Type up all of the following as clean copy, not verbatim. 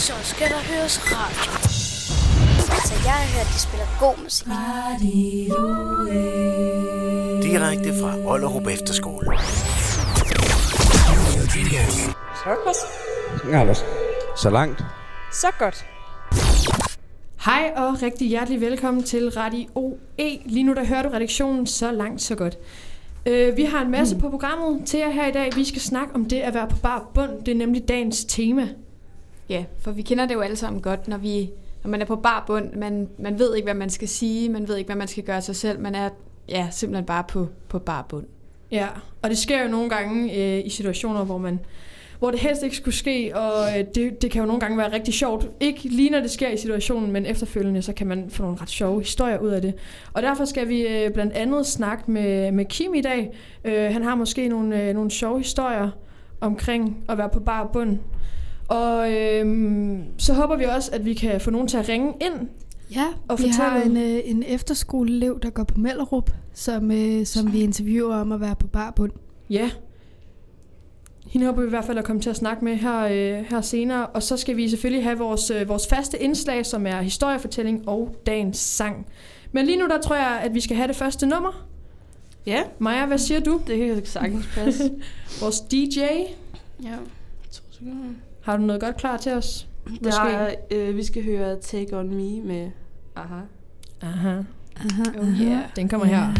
Så skal der høres radio. Altså, jeg har hørt, de spiller god musik. Direkte fra Ollerup Efterskole. Så langt. Så godt. Hej og rigtig hjertelig velkommen til Radio OE. Lige nu der hører du redaktionen Så langt, så godt. Vi har en masse på programmet til jer her i dag. Vi skal snakke om det at være på bar bund. Det er nemlig dagens tema. Ja, for vi kender det jo alle sammen godt, når man er på bar bund. Man ved ikke, hvad man skal sige. Man ved ikke, hvad man skal gøre sig selv. Man er simpelthen bare på bar bund. Ja, og det sker jo nogle gange i situationer, hvor det helst ikke skulle ske, og det kan jo nogle gange være rigtig sjovt. Ikke lige når det sker i situationen, men efterfølgende, så kan man få nogle ret sjove historier ud af det. Og derfor skal vi blandt andet snakke med Kim i dag. Han har måske nogle sjove historier omkring at være på bar bund. Og så håber vi også, at vi kan få nogen til at ringe ind. Ja, og vi har en efterskoleelev, der går på Mellerup, som vi interviewer om at være på bar bund. Ja. Hende håber vi i hvert fald at komme til at snakke med her senere. Og så skal vi selvfølgelig have vores faste indslag, som er historiefortælling og dagens sang. Men lige nu der tror jeg, at vi skal have det første nummer. Ja. Maja, hvad siger du? Det kan sagtens passe. Vores DJ. Ja, 2 sekunder. Har du noget godt klar til os? Vi skal høre Take On Me med Aha. Aha. Oh yeah. Den kommer her.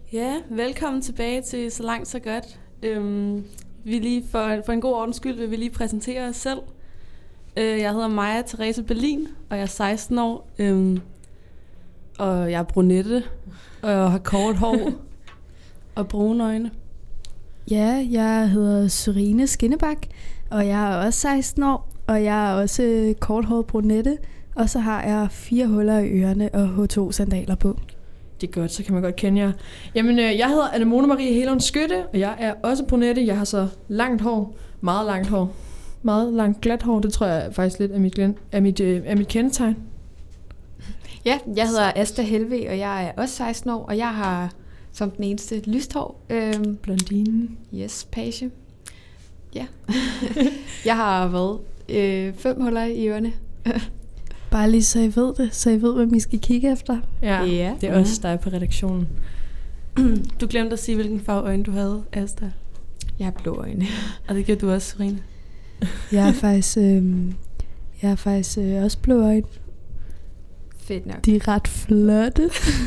Ja, velkommen tilbage til Så Langt, Så Godt. Vi lige for en god ordens skyld vil vi lige præsentere os selv. Jeg hedder Maja Therese Berlin, og jeg er 16 år. Og jeg er brunette, og jeg har kort hår og brune øjne. Ja, jeg hedder Sørine Skinnebak, og jeg er også 16 år, og jeg er også korthåret brunette, og så har jeg 4 huller i ørerne og H2-sandaler på. Det er godt, så kan man godt kende jer. Jamen, jeg hedder Anne-Mone Marie Helund Skytte, og jeg er også brunette. Jeg har så langt hår, meget langt glat hår. Det tror jeg faktisk lidt er mit kendetegn. Ja, jeg hedder Asta Helve, og jeg er også 16 år, og jeg har som den eneste lyst hår. Blondinen. Yes, page. Ja. Jeg har været 5 huller i ørerne. Bare lige så I ved det, så I ved, hvad I skal kigge efter. Ja, det er også dig på redaktionen. Du glemte at sige, hvilken farve øjne du havde, Asta. Jeg har blå øjne. Og det gør du også, Sørine. Jeg er faktisk også blå øjne. Fedt nok. De er ret flotte.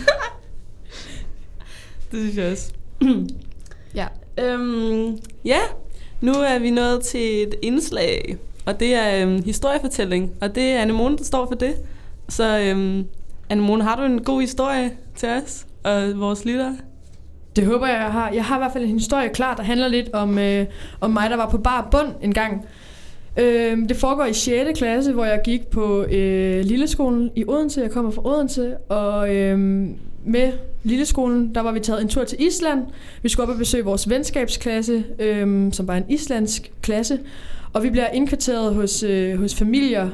Det synes jeg også. Ja. Ja, nu er vi nået til et indslag, og det er historiefortælling, og det er Anne-Mone, der står for det. Så Anne-Mone, har du en god historie til os og vores lyttere? Det håber jeg har. Jeg har i hvert fald en historie klar, der handler lidt om mig, der var på bar bund en gang. Det foregår i 6. klasse, hvor jeg gik på Lilleskolen i Odense. Jeg kommer fra Odense, og med Lilleskolen, der var vi taget en tur til Island. Vi skulle op og besøge vores venskabsklasse, som var en islandsk klasse. Og vi bliver indkvarteret hos familier,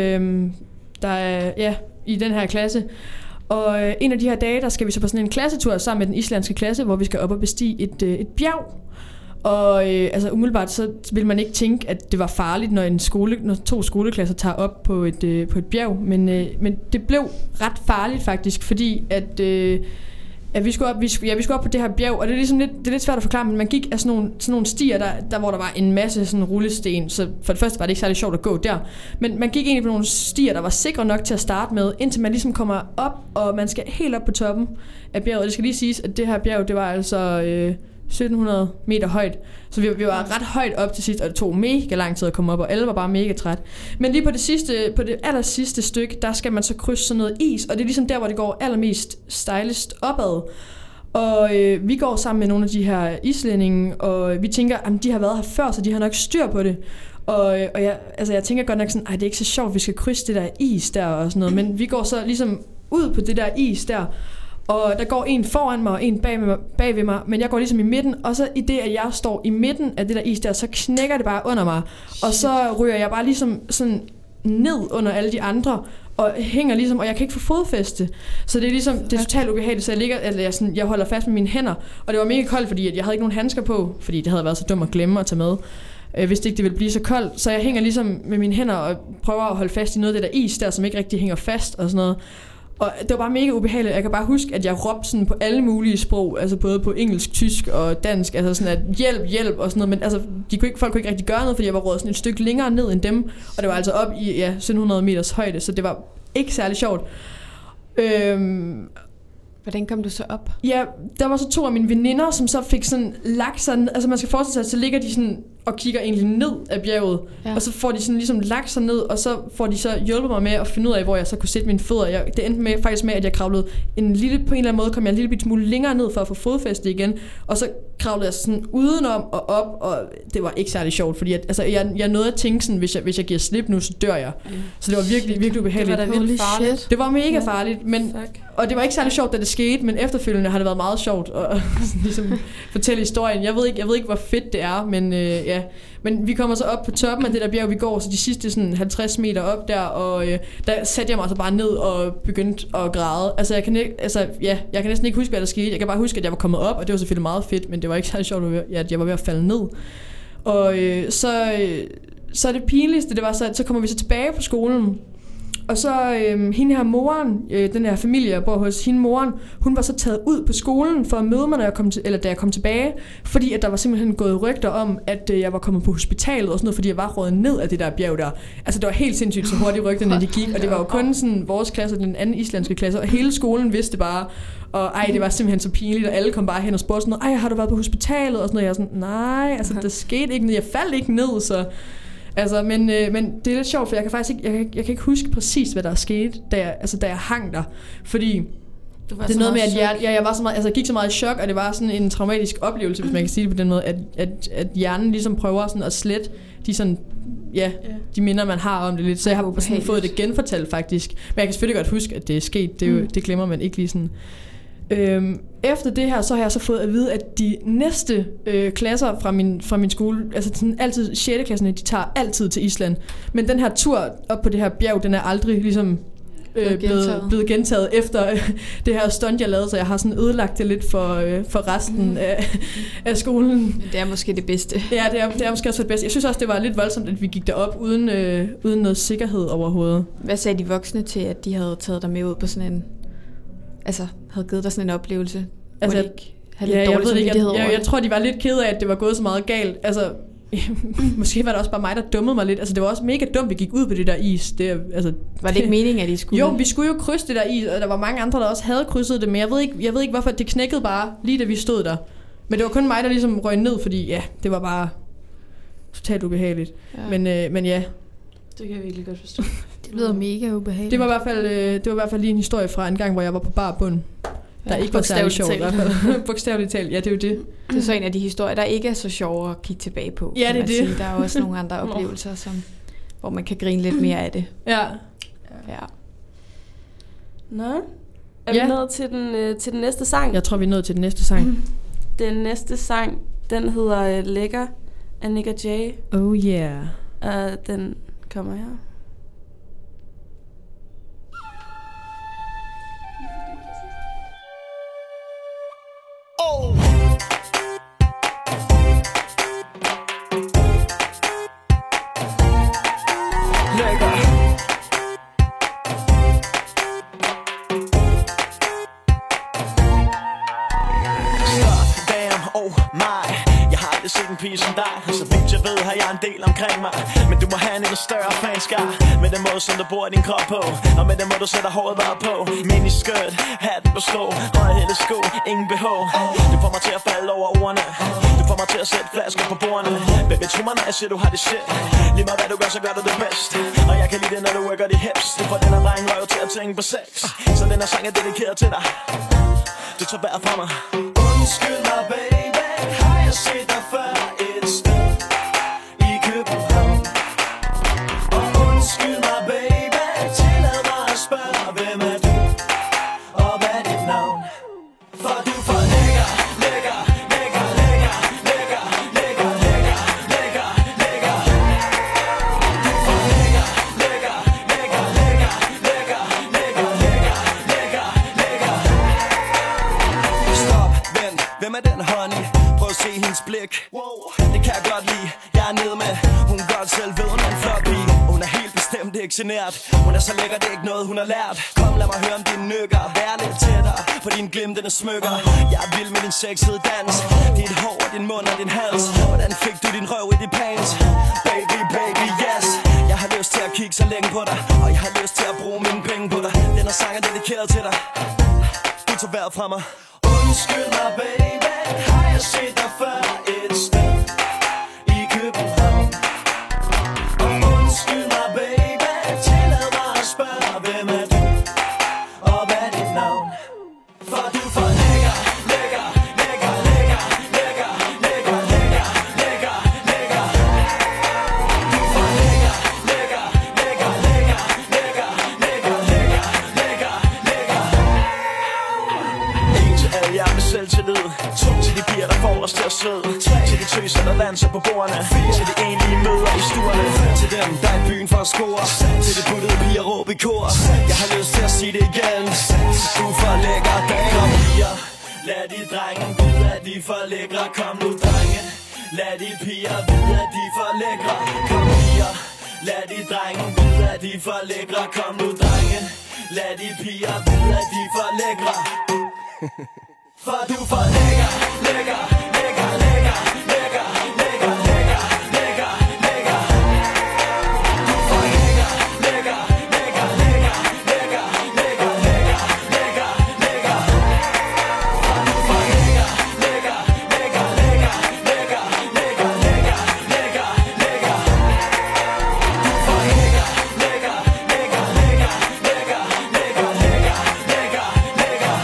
der er i den her klasse. Og en af de her dage, der skal vi så på sådan en klassetur sammen med den islandske klasse, hvor vi skal op og bestige et bjerg. Og altså umiddelbart så vil man ikke tænke, at det var farligt, når 2 skoleklasser tager op på et bjerg. Men det blev ret farligt faktisk, fordi at vi skulle op på det her bjerg, og det er lidt svært at forklare, men man gik af sådan nogle stier, der hvor der var en masse sådan rullesten, så for det første var det ikke særlig sjovt at gå der, men man gik egentlig på nogle stier, der var sikre nok til at starte med, indtil man ligesom kommer op, og man skal helt op på toppen af bjerget. Og det skal lige siges, at det her bjerg, det var altså 1700 meter højt, så vi var ret højt op til sidst, og det tog mega lang tid at komme op, og alle var bare mega træt. Men lige på det aller sidste stykke, der skal man så krydse sådan noget is, og det er ligesom der, hvor det går allermest stejlest opad. Og vi går sammen med nogle af de her islændinge, og vi tænker, at de har været her før, så de har nok styr på det. Og jeg tænker godt nok sådan, det er ikke så sjovt, vi skal krydse det der is der og sådan noget, men vi går så ligesom ud på det der is der, og der går en foran mig og en bag ved mig, men jeg går ligesom i midten, og så i det, at jeg står i midten af det der is der, så knækker det bare under mig, og så ryger jeg bare ligesom sådan ned under alle de andre, og hænger ligesom, og jeg kan ikke få fodfæste. Så det er ligesom, det er totalt ubehageligt, så jeg holder fast med mine hænder, og det var mega koldt, fordi at jeg havde ikke nogen handsker på, fordi det havde været så dumt at glemme at tage med. Hvis det ikke det ville blive så koldt, så jeg hænger ligesom med mine hænder og prøver at holde fast i noget af det der is der, som ikke rigtig hænger fast og sådan noget. Og det var bare mega ubehageligt. Jeg kan bare huske, at jeg råbte sådan på alle mulige sprog, altså både på engelsk, tysk og dansk, altså sådan at hjælp og sådan noget, men altså folk kunne ikke rigtig gøre noget, fordi jeg var rådet sådan et stykke længere ned end dem, og det var altså op i 1700 meters højde, så det var ikke særlig sjovt. Hvordan kom du så op? Ja, der var så 2 af mine veninder, som så fik sådan lagt sig, altså man skal forestille sig, så ligger de sådan og kigger egentlig ned af bjerget, og så får de sådan ligesom lagt sig ned, og så får de så hjulpet mig med at finde ud af, hvor jeg så kunne sætte mine fødder. Det endte faktisk med, at jeg kravlede på en eller anden måde, kom jeg en lille bitte smule længere ned for at få fodfæste igen, og så kravlede jeg sådan udenom og op, og det var ikke særlig sjovt, fordi jeg nåede at tænke sådan, hvis jeg giver slip nu, så dør jeg. Så det var virkelig, virkelig ubehageligt. Det var da vildt farligt. Det var mega farligt, men, og det var ikke særlig sjovt, da det skete, men efterfølgende har det været meget sjovt at ligesom fortælle historien. Jeg ved ikke, hvor fedt det er, men ja. Men vi kommer så op på toppen af det der bjerg, vi går så de sidste sådan 50 meter op der, og der satte jeg mig altså bare ned og begyndte at græde. Altså jeg kan næsten ikke huske, hvad der skete. Jeg kan bare huske, at jeg var kommet op, og det var selvfølgelig meget fedt, men det var ikke særlig sjovt, at jeg var ved at falde ned. Og så det pinligste, det var så kommer vi så tilbage på skolen, Og så hende her moren, den her familie, jeg bor hos, hende moren, hun var så taget ud på skolen for at møde mig, da jeg kom tilbage, fordi at der var simpelthen gået rygter om, at jeg var kommet på hospitalet og sådan noget, fordi jeg var røget ned af det der bjerg der. Altså det var helt sindssygt, så hurtigt rygterne de gik, og det var jo kun sådan vores klasse og den anden islandske klasse, og hele skolen vidste bare, og det var simpelthen så pinligt, og alle kom bare hen og spurgte sådan noget, har du været på hospitalet? Og sådan noget, jeg var sådan, nej, altså der skete ikke noget, jeg faldt ikke ned, så... Altså, men det er lidt sjovt, for jeg kan faktisk ikke, jeg kan ikke huske præcis, hvad der skete, da jeg hang der. Fordi det er noget med, at jeg var så meget, altså jeg gik så meget i chok, og det var sådan en traumatisk oplevelse, hvis man kan sige det på den måde, at hjernen ligesom prøver sådan at slette de sådan, de minder, man har om det lidt. Så jeg har sådan fået det genfortalt faktisk. Men jeg kan selvfølgelig godt huske, at det er sket. Det glemmer man ikke lige sådan. Efter det her, så har jeg så fået at vide, at de næste klasser fra min skole, altså sådan altid 6. klasserne, de tager altid til Island. Men den her tur op på det her bjerg, den er aldrig ligesom blevet gentaget efter det her stunt, jeg lavede, så jeg har sådan ødelagt det lidt for resten af skolen. Men det er måske det bedste. Ja, det er måske også det bedste. Jeg synes også, det var lidt voldsomt, at vi gik derop uden noget sikkerhed overhovedet. Hvad sagde de voksne til, at de havde taget dig med ud på sådan en... Altså, havde givet dig sådan en oplevelse? Altså, jeg tror, de var lidt kede af, at det var gået så meget galt. Altså, måske var det også bare mig, der dummede mig lidt. Altså, det var også mega dumt, vi gik ud på det der is. Var det ikke meningen, at I skulle? Jo, vi skulle jo krydse det der is, og der var mange andre, der også havde krydset det. Men jeg ved ikke hvorfor det knækkede bare, lige da vi stod der. Men det var kun mig, der ligesom røg ned, fordi det var bare totalt ubehageligt. Ja. Men ja. Det kan jeg virkelig godt forstå. Det lyder mega ubehageligt. Det var i hvert fald lige en historie fra en gang, hvor jeg var på bar bund. Der ikke var særlig sjovt i hvert fald. Bogstaveligt talt, ja, det er jo det. Det er så en af de historier, der ikke er så sjove at kigge tilbage på. Ja, det er det. Sige. Der er også nogle andre oplevelser, hvor man kan grine lidt mere af det. Ja. Nå, er vi nået til den næste sang? Jeg tror, vi er nået til den næste sang. Den næste sang, den hedder Lækker af Nick og Jay. Oh yeah. Den kommer her. Pige som dig, så vidt jeg ved har jeg en del omkring mig. Men du må have en endnu større fanskar, med den måde som du bruger din krop på, og med den måde du sætter håret bare på. Miniskirt, hatten på slå, højhælede sko, ingen BH. Du får mig til at falde over ordene, du får mig til at sætte flasker på bordene. Baby, tro mig når jeg siger du har det shit. Lige meget hvad du gør, så gør du det bedst. Og jeg kan lide det når du worker de hips. Du får den her dreng røv til at tænke på sex. Så den her sang er dedikeret til dig. Du tager vejret fra mig. Undskyld mig baby, har jeg set dig før? Genert. Hun er så lækker, det er ikke noget, hun har lært. Kom, lad mig høre om dine nykker. Vær lidt tættere på dine glimtende smykker. Jeg er vild med din sexede dans. Dit hår og din mund og din hals. Hvordan fik du din røv i de pants? Baby, baby, yes. Jeg har lyst til at kigge så længe på dig, og jeg har lyst til at bruge mine penge på dig. Den her sang er dedikeret til dig. Du tager vejret fra mig. Undskyld mig, baby, har jeg set dig før et sted i København? Og undskyld mig, baby, hvem er du, og hvad er dit navn? For du er for lækker, lækker, lækker, lækker, lækker, lækker, lækker, lækker, lækker. Du er for lækker, lækker, lækker, lækker, lækker, lækker, lækker, lækker, lækker. En til alle jer med selvtillid. To til de piger, der får os til at svede. Til de tøser, der danser på bordene. Til de enlige møder i stuerne. Til dem, der er i byen for at score. Til de puttede piger råb i kor. Jeg har lyst til at sige det igen. Du er for lækker, kom piger. Lad de drenge vide, at de er for lækre. Kom nu drenge. Lad de piger vide, at de er for lækre. Kom piger. Lad de drenge vide, at de er for lækre. Kom nu drenge, lad de piger vide, at de er for lækre. For du er for lækker, lækker, lækker, lækker, lækker, lækker, lækker, lækker, lækker. Du er for lækker, lækker, lækker, lækker, lækker, lækker, lækker, lækker, lækker. For du er for lækker, lækker, lækker, lækker, lækker, lækker, lækker, lækker, lækker. Du er for lækker, lækker, lækker, lækker, lækker, lækker, lækker, lækker, lækker.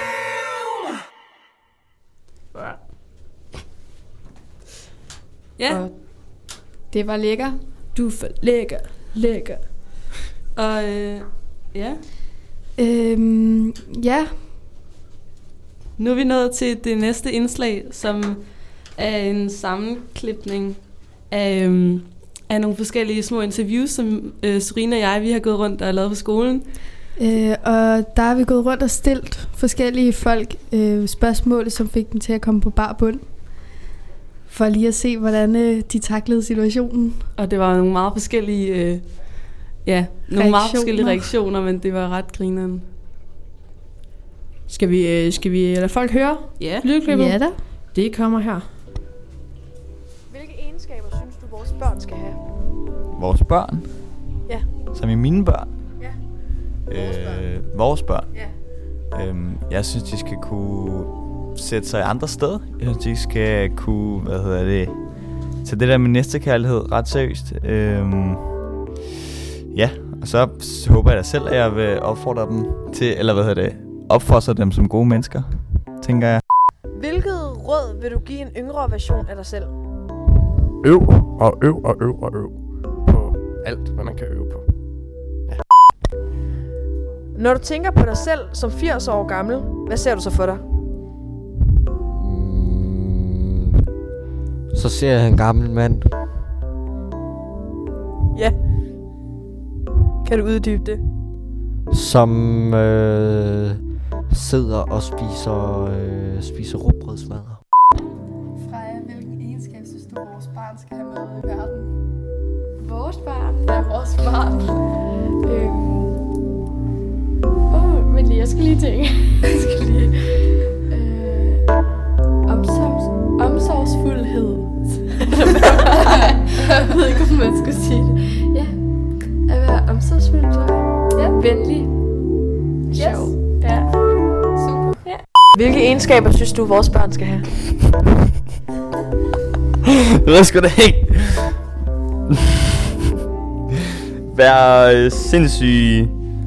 Ja. Og det var lækker. Du er for lækker, lækker. Og ja, Ja, nu er vi nået til det næste indslag, som er en sammenklipning af nogle forskellige små interviews, som Serena og jeg, vi har gået rundt og lavet på skolen. og der har vi gået rundt og stillet forskellige folk spørgsmål, som fik dem til at komme på bar bund. For lige at se, hvordan de taklede situationen. Og det var nogle meget forskellige, meget forskellige reaktioner, men det var ret grineren. Skal vi lade folk høre Ja. lydklippet? Ja da. Det kommer her. Hvilke egenskaber synes du, vores børn skal have? Vores børn? Ja. Som i mine børn? Ja. Vores børn? Ja. Jeg synes, de skal kunne sætte sig andre steder. Jeg synes, de skal kunne, tage det der med næstekærlighed ret seriøst. Ja, og så håber jeg da selv, at jeg vil opfordre dem til, opfostre dem som gode mennesker, tænker jeg. Hvilket råd vil du give en yngre version af dig selv? Øv og øv og øv og øv på alt, hvad man kan øve på. Når du tænker på dig selv som 80 år gammel, hvad ser du så for dig? Så ser jeg en gammel mand. Ja. Kan du uddybe det? Som sidder og spiser rugbrødsmadder. Freja, hvilken egenskab synes du, vores barn skal have med i verden? Vores barn? Ja, vores barn. Men lige, jeg skal lige tænke. Omsorgsfuldhed. Jeg ved ikke, om man skulle sige det. Ja, at være omsorgsfuld, tror jeg. Ja, venlig. Sjov. Ja, super. Ja. Hvilke egenskaber synes du, vores børn skal have? Det ved sgu da ikke. Være sindssyg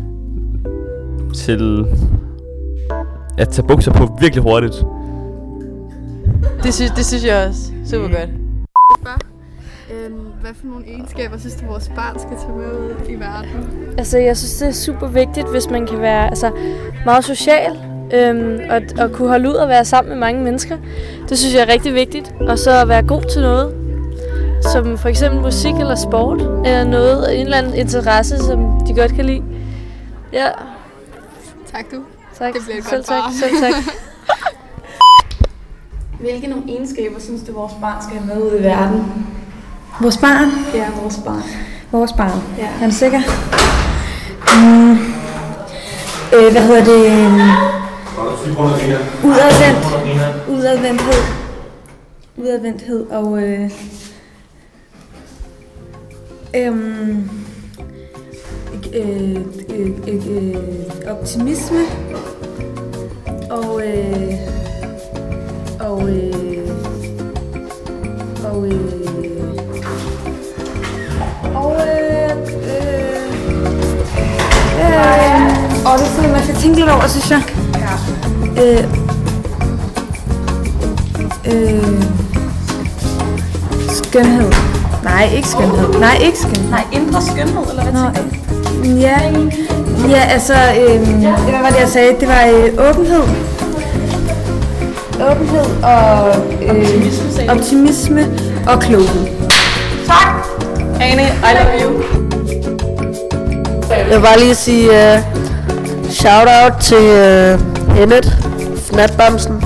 til at tage bukser på virkelig hurtigt. Det synes jeg også. Super godt. Hvad for nogle egenskaber synes du, vores barn skal tage med ud i verden? Altså, jeg synes, det er super vigtigt, hvis man kan være meget social og kunne holde ud og være sammen med mange mennesker. Det synes jeg er rigtig vigtigt. Og så være god til noget, som for eksempel musik eller sport, eller noget, en eller anden interesse, som de godt kan lide. Ja. Tak du. Tak. Det bliver et Selv godt tak. barn. Selv tak. Hvilke nogle egenskaber synes du, vores barn skal have med ud i verden? Vores barn? Ja, vores barn. Vores barn. Ja. Er du sikker? Udadvendthed og optimisme og det er sådan, man skal tænke lidt over, synes jeg. Skønhed. Nej, ikke skønhed. Nej, indre skønhed, eller hvad tænker du? Ja, altså, hvad var det, jeg sagde? Det var åbenhed. Åbenhed og optimisme og kloghed. Tak! Ane, I love you. Jeg vil bare lige sige shout-out til Hennet, Fnatbamsen.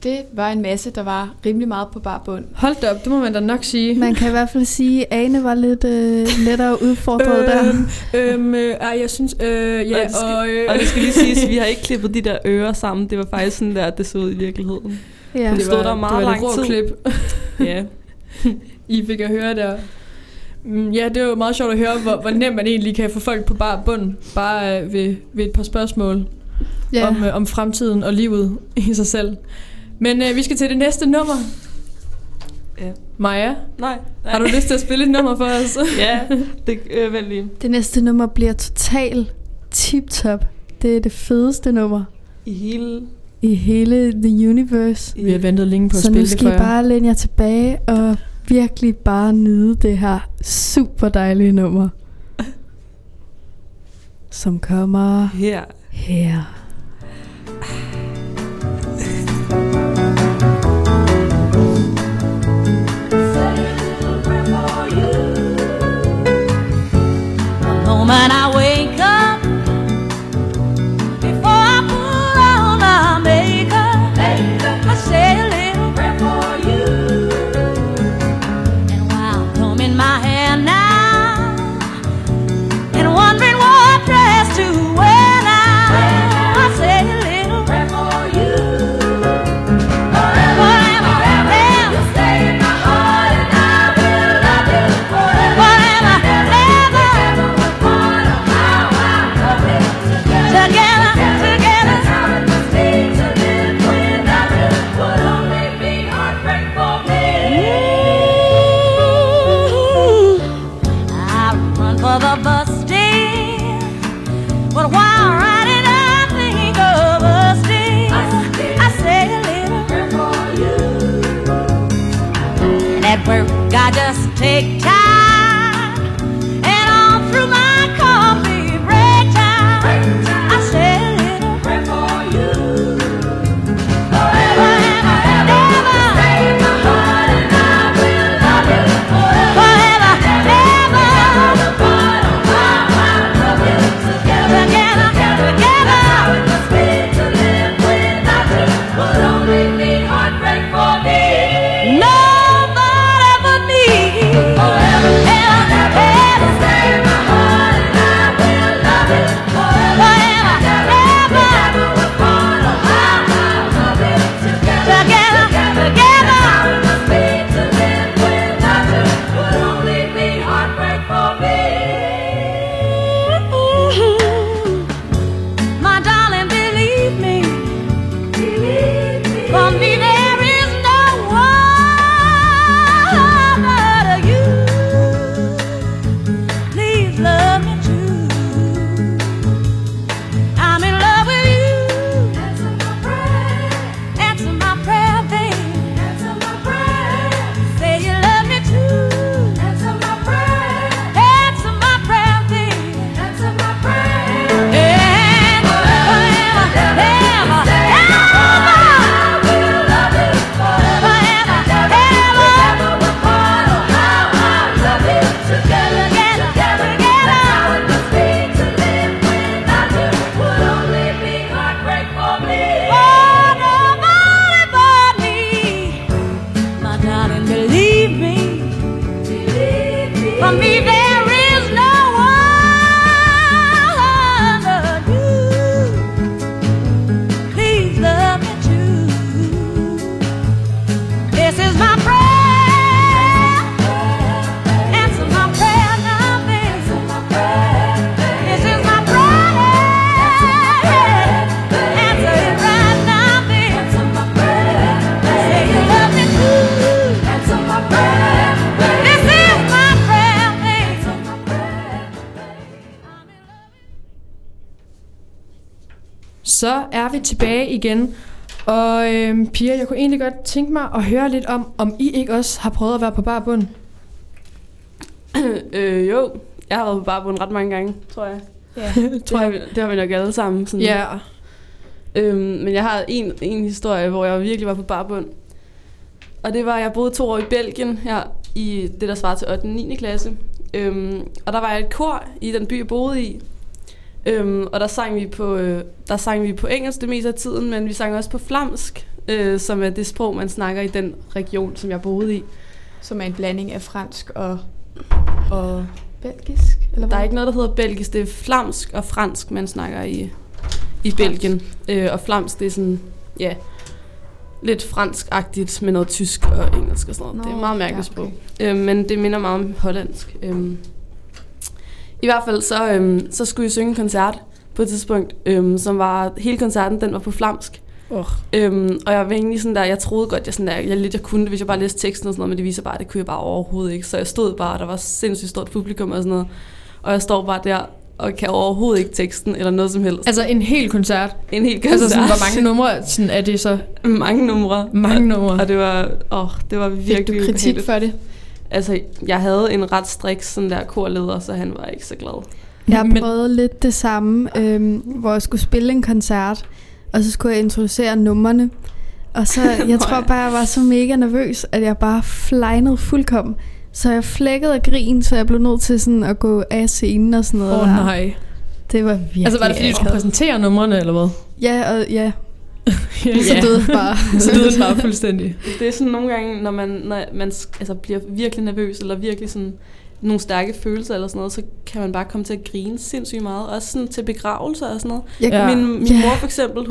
det var en masse, der var rimelig meget på bar bund. Hold da op, det må man da nok sige. Man kan i hvert fald sige, at Ane var lidt lettere udfordret der. Jeg synes, og det skal lige siges, at vi har ikke klippet de der ører sammen. Det var faktisk sådan der, det så ud i virkeligheden. Ja. Det stod der meget lang tid. Klip. Ja. I fik at høre der. Ja, det er jo meget sjovt at høre, hvor nemt man egentlig kan få folk på bar bund, bare ved et par spørgsmål om fremtiden og livet i sig selv. Men vi skal til det næste nummer. Ja. Maja? Nej. Har du lyst til at spille et nummer for os? Ja, det vel lige. Det næste nummer bliver total tip-top. Det er det fedeste nummer. I hele the universe. Vi har ventet længe på at spille det for Så nu skal I bare læne jer tilbage og virkelig bare nyde det her super dejlige nummer, som kommer her. Moment I wake up, before I put on my makeup, I say a little prayer for you. And while combing my hair now, and wondering what dress to wear now, I say a little prayer for you. Forever, forever, you stay in my heart, and I will love you forever. Forever, ever. The bus stand, but while riding I think of us still. I say a little prayer for you. And at work I just take time, and all through my coffee break time, I say a little prayer for you. Forever and ever, stay in my heart, and I will love you forever. Forever and ever. Så er vi tilbage igen. Og piger, jeg kunne egentlig godt tænke mig at høre lidt om I ikke også har prøvet at være på bar bund? Jo, jeg har været på bar bund ret mange gange, tror jeg. Ja, det har vi nok alle sammen. Sådan. Ja. Men jeg har en historie, hvor jeg virkelig var på bar bund. Og det var, jeg boede 2 år i Belgien, her i det, der svarer til 8. og 9. klasse. Og der var jeg et kor i den by, jeg boede i. Og der sang vi på engelsk det meste af tiden, men vi sang også på flamsk. som er det sprog, man snakker i den region, som jeg boede i. Som er en blanding af fransk og belgisk? Eller der er ikke noget, der hedder belgisk. Det er flamsk og fransk, man snakker i Belgien. Og flamsk, det er sådan, ja, lidt fransk-agtigt med noget tysk og engelsk og sådan noget. Det er meget mærkeligt sprog. Men det minder meget om hollandsk. I hvert fald så skulle jeg synge en koncert på et tidspunkt, som var, hele koncerten, den var på flamsk. Og jeg var egentlig sådan der, jeg troede godt, jeg kunne det, hvis jeg bare læste teksten og sådan noget, men det viser bare, at det kunne jeg bare overhovedet ikke. Så jeg stod bare, der var sindssygt stort publikum og sådan noget, og jeg står bare der og kan overhovedet ikke teksten eller noget som helst. Altså en hel koncert? En hel koncert. Altså sådan, hvor mange numre sådan er det så? Mange numre. Og det var virkelig... Fik du kritik for det? Altså, jeg havde en ret striks sådan der korleder, så han var ikke så glad. Jeg har prøvet lidt det samme, hvor jeg skulle spille en koncert, og så skulle jeg introducere numrene. Og så, jeg tror bare, jeg var så mega nervøs, at jeg bare flejnede fuldkommen. Så jeg flækkede af grin, så jeg blev nødt til sådan at gå af scenen og sådan noget. Nej. Det var virkelig... Altså var det fordi, du skulle præsentere numrene, eller hvad? Ja, og ja. Så døde det bare. Så døde det bare fuldstændig. Det er sådan nogle gange, når man altså bliver virkelig nervøs, eller virkelig sådan nogle stærke følelser eller sådan noget, så kan man bare komme til at grine sindssygt meget. Også sådan til begravelser og sådan noget. Min mor for eksempel,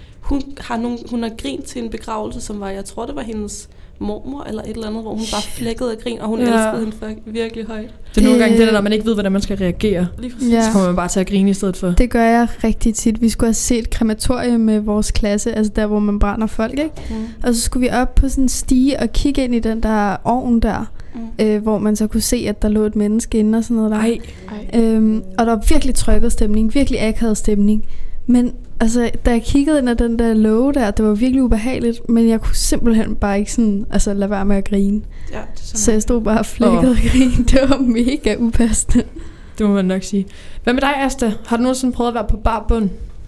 hun har grint til en begravelse, som var, jeg tror det var hendes mormor eller et eller andet, hvor hun bare flækkede af grin, og hun elskede hende virkelig højt. Det er nogle gange det der, når man ikke ved, hvordan man skal reagere. Så kommer man bare til at grine i stedet for. Det gør jeg rigtig tit. Vi skulle have set krematorium med vores klasse, altså der, hvor man brænder folk, ikke? Og så skulle vi op på sådan en stige og kigge ind i den der ovn der, hvor man så kunne se, at der lå et menneske inde og sådan noget der. Og der var virkelig trykket stemning, virkelig akavet stemning. Men altså, da jeg kiggede ind ad den der låge der, det var virkelig ubehageligt, men jeg kunne simpelthen bare ikke sådan, altså lade være med at grine. Ja, så jeg stod bare og flækkede og grine. Det var mega upassende. Det må man nok sige. Hvad med dig, Asta? Har du nogensinde prøvet at være på bar bund?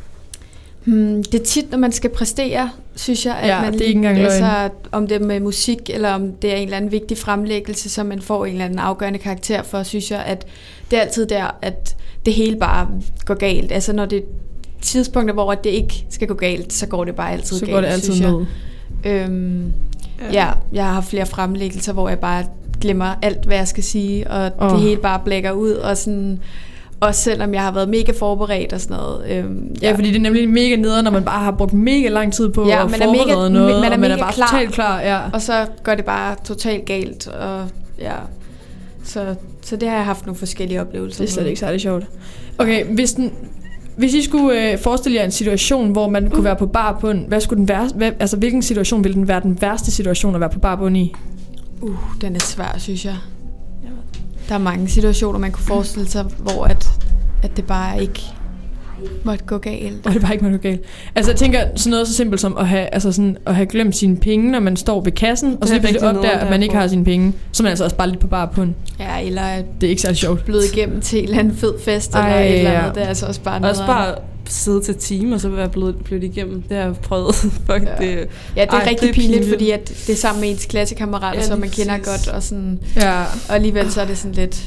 Det er tit, når man skal præstere, synes jeg, at man det er ikke engang altså, om det er med musik, eller om det er en eller anden vigtig fremlæggelse, som man får en eller anden afgørende karakter for, synes jeg, at det er altid der, at det hele bare går galt. Altså når det er tidspunkter, hvor det ikke skal gå galt, så går det bare altid galt, går det altid ned. Jeg har haft flere fremlæggelser, hvor jeg bare glemmer alt, hvad jeg skal sige, og det hele bare blækker ud, og sådan... Også selvom jeg har været mega forberedt og sådan noget. Ja, fordi det er nemlig mega nederen, når man bare har brugt mega lang tid på at forberede noget, man er og man er bare klar, totalt klar. Ja. Og så går det bare totalt galt. Og, ja. Så det har jeg haft nogle forskellige oplevelser. Det er slet ikke særlig sjovt. Okay, hvis I skulle forestille jer en situation, hvor man kunne være på bar bund, hvilken situation ville den være den værste situation at være på bar bund i? Den er svær, synes jeg. Der er mange situationer, man kunne forestille sig, hvor at det bare ikke måtte gå galt. Hvor det bare ikke måtte gå galt. Altså jeg tænker sådan noget så simpelt som at have glemt sine penge, når man står ved kassen, og så bliver det opdager, at man ikke har sine penge, så man altså også bare lidt på bar bund. Ja, eller det er ikke særlig sjovt. Blevet igennem til en eller anden fed fest, eller et eller andet. Det er altså også bare noget. Også bare sidde til time, og så være blevet igennem. Det har jeg prøvet. Det er rigtig pinligt, fordi at det er sammen med ens klassekammerater, som man kender godt, og sådan. Ja. Og alligevel så er det sådan lidt,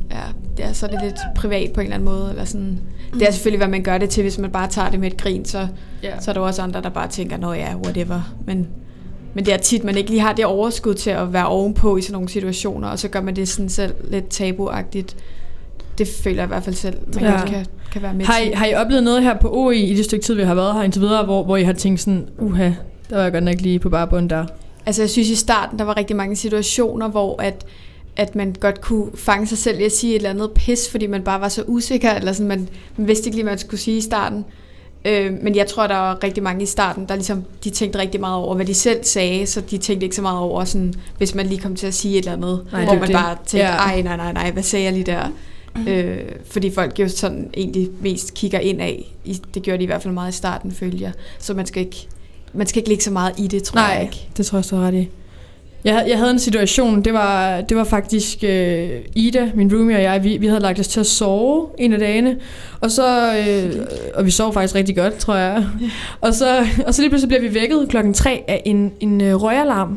så er det lidt privat på en eller anden måde, eller sådan. Det er selvfølgelig, hvad man gør det til, hvis man bare tager det med et grin, så er der også andre, der bare tænker, whatever. Men det er tit, man ikke lige har det overskud til at være ovenpå i sådan nogle situationer, og så gør man det sådan selv lidt tabuagtigt. Det føler jeg i hvert fald selv, man godt kan være med til. Har I oplevet noget her på OI i det stykke tid, vi har været her indtil videre, hvor I har tænkt sådan, der var jeg godt nok lige på barbund der? Altså jeg synes i starten, der var rigtig mange situationer, hvor at man godt kunne fange sig selv i at sige et eller andet pis, fordi man bare var så usikker, eller sådan, man vidste ikke lige, hvad man skulle sige i starten. Men jeg tror, der var rigtig mange i starten, der ligesom, de tænkte rigtig meget over, hvad de selv sagde, så de tænkte ikke så meget over, sådan, hvis man lige kom til at sige et eller andet, hvor man bare tænkte, nej, hvad sagde jeg lige der? Fordi folk jo sådan egentlig mest kigger ind af. Det gjorde de i hvert fald meget i starten, følger jeg. Så man skal ikke lægge så meget i det, tror jeg ikke. Det tror jeg så ret i. Jeg havde en situation, det var faktisk Ida, min roomie og jeg, vi havde lagt os til at sove en af dagene, og så og vi sov faktisk rigtig godt, tror jeg. Og så lige pludselig bliver vi vækket 3:00 af en røgalarm,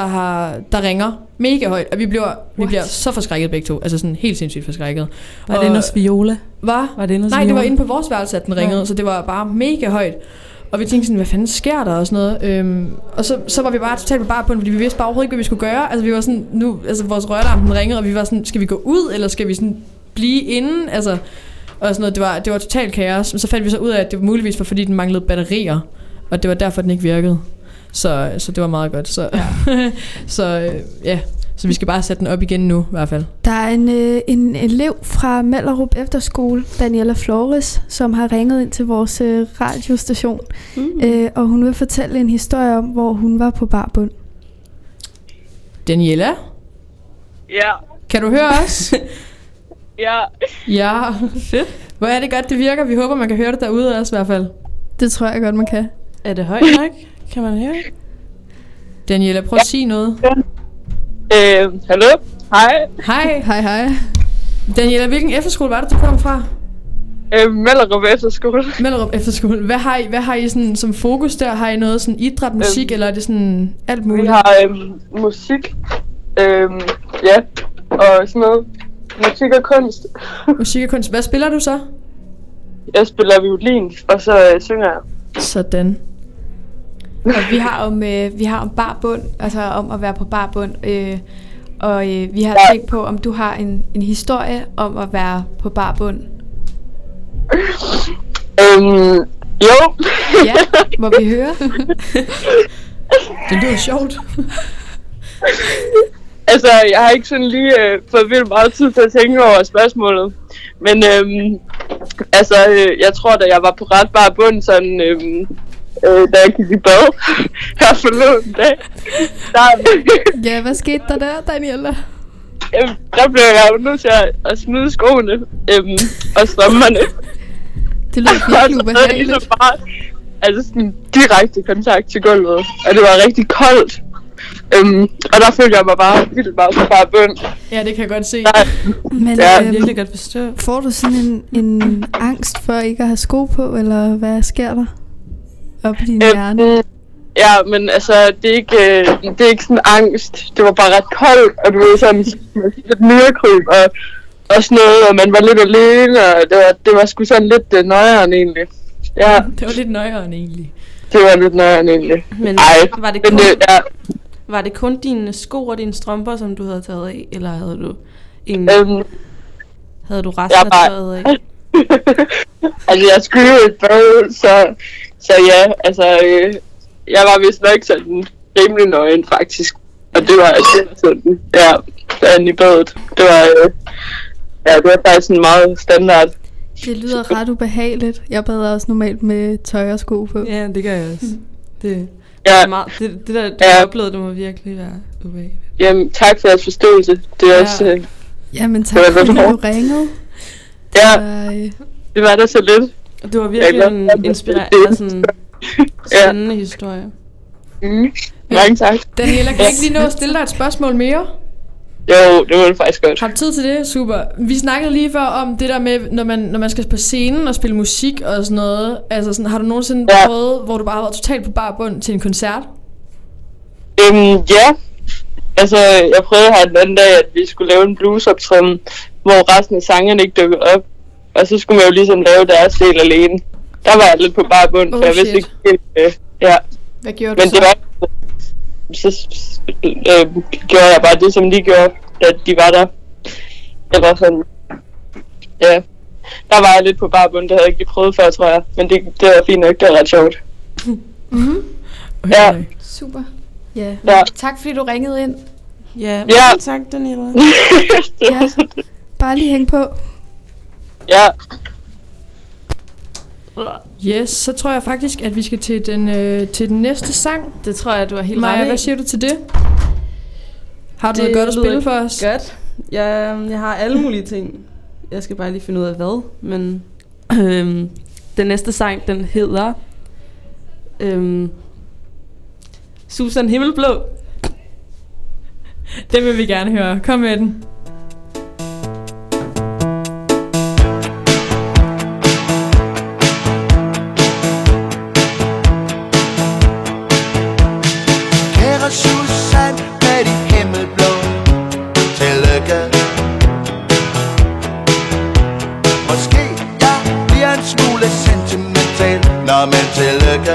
der ringer mega højt, og vi bliver så forskrækket begge to, altså sådan helt sindssygt forskrækket. Var det hos Viola? Hvad? Var det Nej, det var inde på vores værelse, at den ringede, så det var bare mega højt. Og vi tænkte sådan, hvad fanden sker der og sådan noget. Og så var vi bare totalt på barbunden, fordi vi vidste bare overhovedet ikke, hvad vi skulle gøre. Altså vi var sådan, vores røralarm den ringede, og vi var sådan, skal vi gå ud, eller skal vi sådan blive inde? Altså, og sådan noget, det var totalt kaos. Men så fandt vi så ud af, at det var muligvis var, fordi den manglede batterier. Og det var derfor, den ikke virkede. Så det var meget godt. Så vi skal bare sætte den op igen nu, i hvert fald. Der er en elev fra Mellerup Efterskole, Daniela Flores, som har ringet ind til vores radiostation. Og hun vil fortælle en historie om, hvor hun var på barbund. Daniela? Ja. Kan du høre os? Ja. Ja, fedt. Hvor er det godt, det virker. Vi håber, man kan høre det derude også i hvert fald. Det tror jeg godt, man kan. Er det højt nok? Kan man høre? Daniela, prøv at sige noget. Hallo? Hej. Hej. Daniela, hvilken efterskole var det, du kom fra? Mellerup Efterskole. Mellerup Efterskole. Hvad har I sådan, som fokus der? Har I noget sådan idræt, musik, eller er det sådan alt muligt? Vi har musik, ja, og sådan noget. Musik og kunst. Musik og kunst. Hvad spiller du så? Jeg spiller violin, og så synger jeg. Sådan. Og vi har om barbund, altså om at være på barbund, og vi har tænkt på, om du har en historie om at være på barbund. Jo. Ja, må vi høre? Det lyder sjovt. Altså, jeg har ikke sådan lige fået vildt meget tid til at tænke over spørgsmålet. Men jeg tror, da jeg var på ret barbund, sådan, da jeg gik i bad her forleden dag. Ja, hvad skete der, Daniela? Der blev jeg jo nødt til at smide skoene og strømmerne. Det lød virkelig ubehageligt. Ligesom bare, altså sådan direkte kontakt til gulvet, og det var rigtig koldt. Og der følte jeg mig bare vildt meget på barbund. Ja, det kan jeg godt se. Men jeg virkelig godt forstå. Får du sådan en angst for ikke at have sko på, eller hvad sker der op i din hjerne? Ja, men altså, det er ikke sådan angst. Det var bare ret koldt, og du ved sådan lidt myrekryb og sådan noget, og man var lidt alene, og det var sgu sådan lidt nøjeren egentlig. Ja. Det var lidt nøjeren egentlig. Det var lidt nøjeren egentlig. Men var det kun dine sko og dine strømper, som du havde taget af, eller havde du havde du resten af tøjet af? Altså, jeg skulle jo et bad, så ja, altså, jeg var vist nok sådan rimelig nøgen faktisk. Og det var sådan, ja, derinde i badet. Det var faktisk sådan meget standard. Det lyder ret ubehageligt. Jeg bader også normalt med tøj og sko på. Ja, det gør jeg også. Det meget, det der du oplevede, det må virkelig være ubehageligt. Jamen, tak for jeres forståelse. Det er også... Jamen, tak fordi du ringede. Ja, det var da så lidt. Det var virkelig en inspirerende, sådan spændende historie. Mange tak. Daniela, kan ikke lige nå at stille dig et spørgsmål mere? Jo, det var det faktisk godt. Har du tid til det? Super. Vi snakkede lige før om det der med, når man skal på scenen og spille musik og sådan noget. Altså sådan, har du nogensinde prøvet, hvor du bare har været totalt på bar bund til en koncert? Ja. Altså, jeg prøvede her den anden dag, at vi skulle lave en bluesoptræden, hvor resten af sangerne ikke dukkede op. Og så skulle man jo ligesom lave deres del alene. Der var jeg lidt på bar bund, for jeg vidste ikke helt, ja. Hvad gjorde du så? Så gjorde jeg bare det, som de gjorde, at de var der. Eller sådan, ja. Der var jeg lidt på barbund, det havde jeg ikke lige prøvet før, tror jeg. Men det var fint nok, det var ret sjovt. Okay. Ja. Super. Ja. Ja. Tak fordi du ringede ind. Ja, tak Daniela. Ja. Bare lige hæng på. Ja. Yes, så tror jeg faktisk, at vi skal til den næste sang. Det tror jeg, du er helt ret. Maja, hvad siger du til det? Har du noget godt at spille for os? Godt. Jeg har alle mulige ting. Jeg skal bare lige finde ud af hvad. Men den næste sang, den hedder Susan Himmelblå. Den vil vi gerne høre. Kom med den. Susan med de himmelblå, tillykke. Måske jeg bliver en smule sentimental. til, når men tillykke.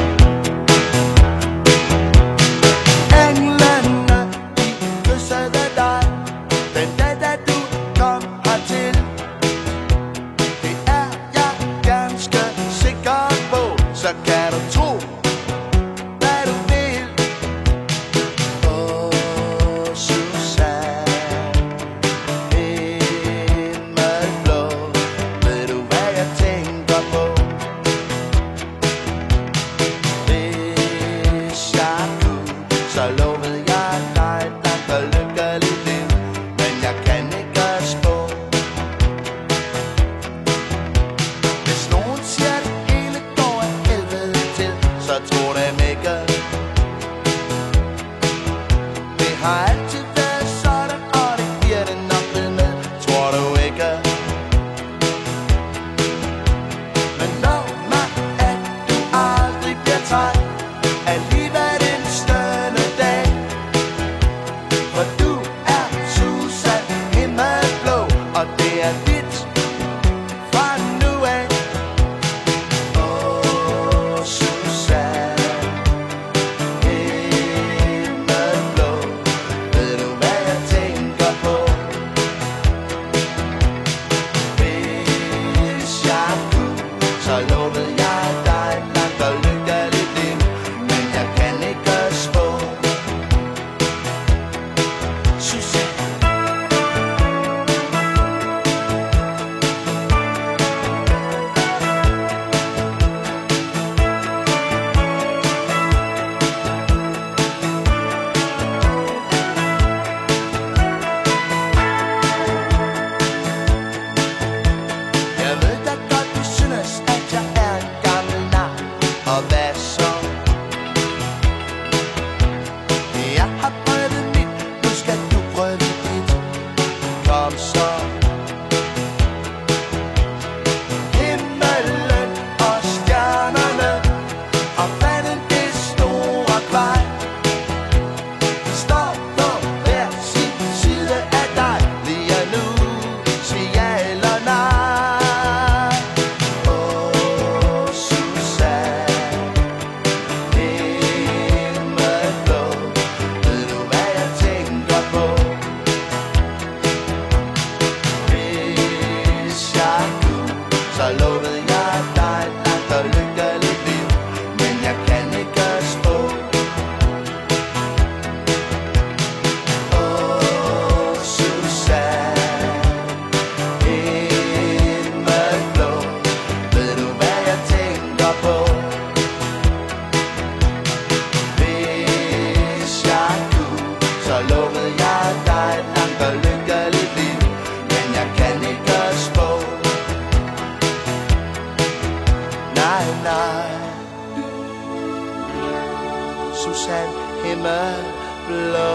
Englene, de kyssede dig den dag, da du kom hertil. Det er jeg ganske sikker på, så kan du tro, hvad du vil. Åh, Susanne, himmelblå, ved du hvad jeg tænker på? Hvis jeg kunne, så lovede jeg dig et langt og lykkeligt liv, men jeg kan ikke spå. Hvis nogen siger, at det hele går af helvede til, så tro dem ikke. Det har altid været sådan, og det bliver det nok ved med, tror du ikke? Men lov mig, at du aldrig bliver træt af livet en stønne dag. For du er Susan himmelblå, og det er dit fra nu af. Åh, Susan himmelblå, ved du hvad jeg tænker på? Hvis jeg kunne, så lovede jeg dig et langt og lykkeligt liv, men jeg kan ikke spå. Susan. Jeg ved da godt, du synes, at jeg er en gammel nar, og hvad så? Jeg har prøvet mit, nu skal du prøve dit. Kom så. Himmelen og stjernerne og vandet, det store kvej, står på hver sin side af dig. Lige nu, sig ja eller nej. Åh, Susan himmelblå, ved du hvad jeg tænker på? Hvis jeg kunne, så lovede jeg dig et langt og lykkeligt liv, men jeg kan ikke spå. Åh, Susan himmelblå, ved du hvad jeg tænker på? Hvis jeg kunne, så lovede jeg dig et langt og lykkeligt liv, men jeg kan ikke spå. Nej, nej. Susan himmelblå.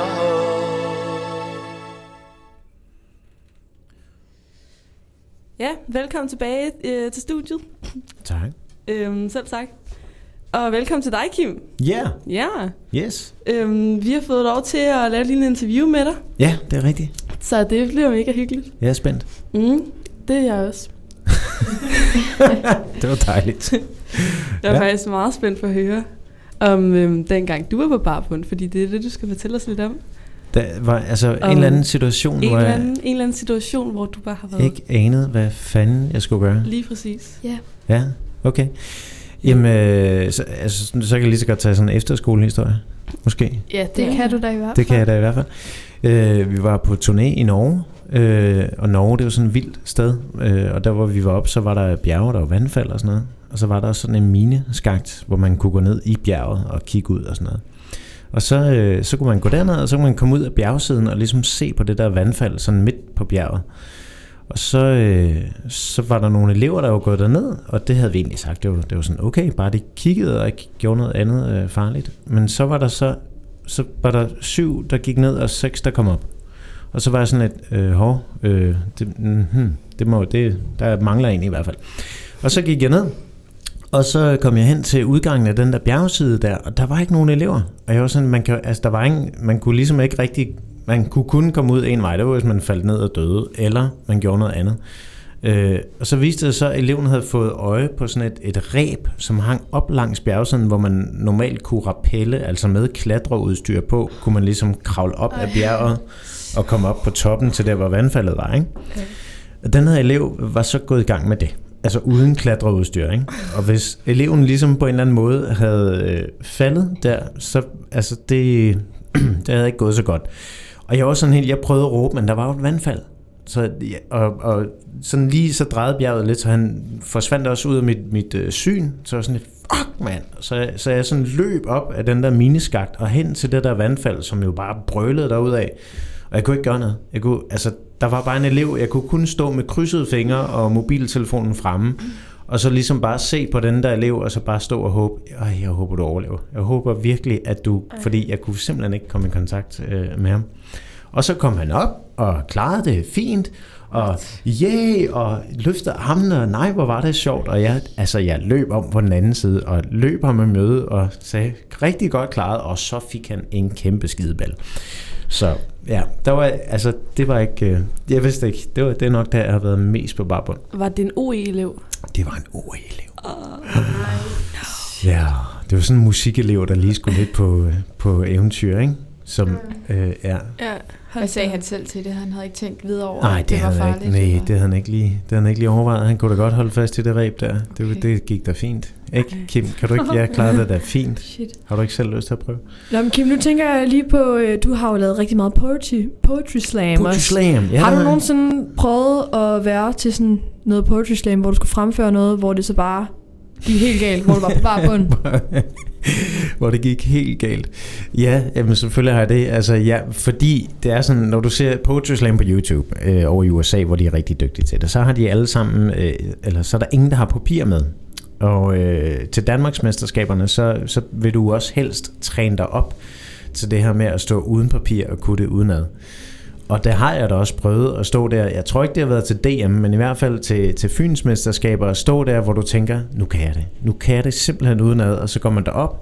Ja, velkommen tilbage til studiet. Tak. Selv tak. Og velkommen til dig, Kim. Ja. Ja. Yes. Vi har fået lov til at lave et lille interview med dig. Ja, det er rigtigt. Så det bliver mega hyggeligt. Jeg er spændt. Det er jeg også. Det var dejligt. Jeg er faktisk meget spændt for at høre om dengang du var på Barbund, fordi det er det, du skal fortælle os lidt om. Der var altså en eller anden situation, en hvor eller anden situation, hvor du bare har været... ikke anede, hvad fanden jeg skulle gøre. Lige præcis. Ja. Ja, okay. Jamen, så kan jeg lige så godt tage sådan en efterskolehistorie, måske. Ja, det kan du da i hvert fald. Det kan jeg da i hvert fald. Vi var på turné i Norge, og Norge, det var sådan et vildt sted. Og der hvor vi var op, så var der bjerge, der var vandfald og sådan noget. Og så var der sådan en mineskakt, hvor man kunne gå ned i bjerget og kigge ud og sådan noget. Og så kunne man gå derned, og så kunne man komme ud af bjergsiden og ligesom se på det der vandfald sådan midt på bjerget. Og så var der nogle elever, der var gået derned, og det havde vi egentlig sagt, det var sådan okay, bare de kiggede og ikke gjorde noget andet farligt. Men så var der 7, der gik ned, og 6, der kom op. Og så var jeg sådan der mangler en i hvert fald. Og så gik jeg ned, og så kom jeg hen til udgangen af den der bjergside der, og der var ikke nogen elever. Og jeg var sådan, man kunne ligesom ikke rigtig, man kunne kun komme ud en vej, det var hvis man faldt ned og døde, eller man gjorde noget andet. Og så viste det så, at eleven havde fået øje på sådan et reb, som hang op langs bjergsiden, hvor man normalt kunne rappelle, altså med klatreudstyr på, kunne man ligesom kravle op af bjerget og komme op på toppen til der, hvor vandfaldet var, ikke? Okay. Den her elev var så gået i gang med det. Altså uden klatreudstyr, ikke? Og hvis eleven ligesom på en eller anden måde havde faldet der, så altså det havde ikke gået så godt. Og jeg var sådan helt, jeg prøvede at råbe, men der var jo et vandfald. Så, og sådan lige så drejede bjerget lidt, så han forsvandt også ud af mit syn. Så jeg var sådan lidt, fuck mand. Så jeg sådan løb op af den der miniskakt og hen til det der vandfald, som jo bare brølede derudad. Og jeg kunne ikke gøre noget. Der var bare en elev, jeg kunne kun stå med krydsede fingre og mobiltelefonen fremme, og så ligesom bare se på den der elev, og så bare stå og håbe, jeg håber du overlever. Jeg håber virkelig, at du, fordi jeg kunne simpelthen ikke komme i kontakt med ham. Og så kom han op og klarede det fint, og og løftede armene, og nej, hvor var det sjovt. Og jeg løb om på den anden side, og løb ham med møde, og sagde, rigtig godt klaret, og så fik han en kæmpe skideball. Så ja, det var ikke, jeg vidste ikke, det er nok der, jeg har været mest på barbund. Var det en OE-elev? Det var en OE-elev. Ja, det var sådan en musikelev, der lige skulle lidt på eventyr, ikke? Som, ja. Hvad sagde han selv til det? Han havde ikke tænkt videre over, nej, det var farligt? Nej, det havde han ikke lige overvejet. Han kunne da godt holde fast i det reb der. Det gik da fint. Ikke, Kim? Kan du ikke? Jeg klarede det da fint. Shit. Har du ikke selv lyst til at prøve? Nå, men Kim, nu tænker jeg lige på, du har jo lavet rigtig meget poetry slam. Poetry slam, ja. Har du nogensinde prøvet at være til sådan noget poetry slam, hvor du skulle fremføre noget, hvor det så bare gik helt galt, hvor du var på bar bund? Hvor det gik helt galt. Ja, jamen selvfølgelig har jeg det. Altså ja, fordi det er sådan, når du ser Poetry Slam på YouTube over i USA, hvor de er rigtig dygtige til det, så har de alle sammen, eller så er der ingen, der har papir med. Og til Danmarksmesterskaberne, så vil du også helst træne dig op til det her med at stå uden papir og kunne det udenad. Og der har jeg da også prøvet at stå der. Jeg tror ikke, det har været til DM, men i hvert fald til Fyns mesterskaber, at stå der, hvor du tænker, nu kan jeg det. Nu kan jeg det simpelthen udenad, og så går man derop,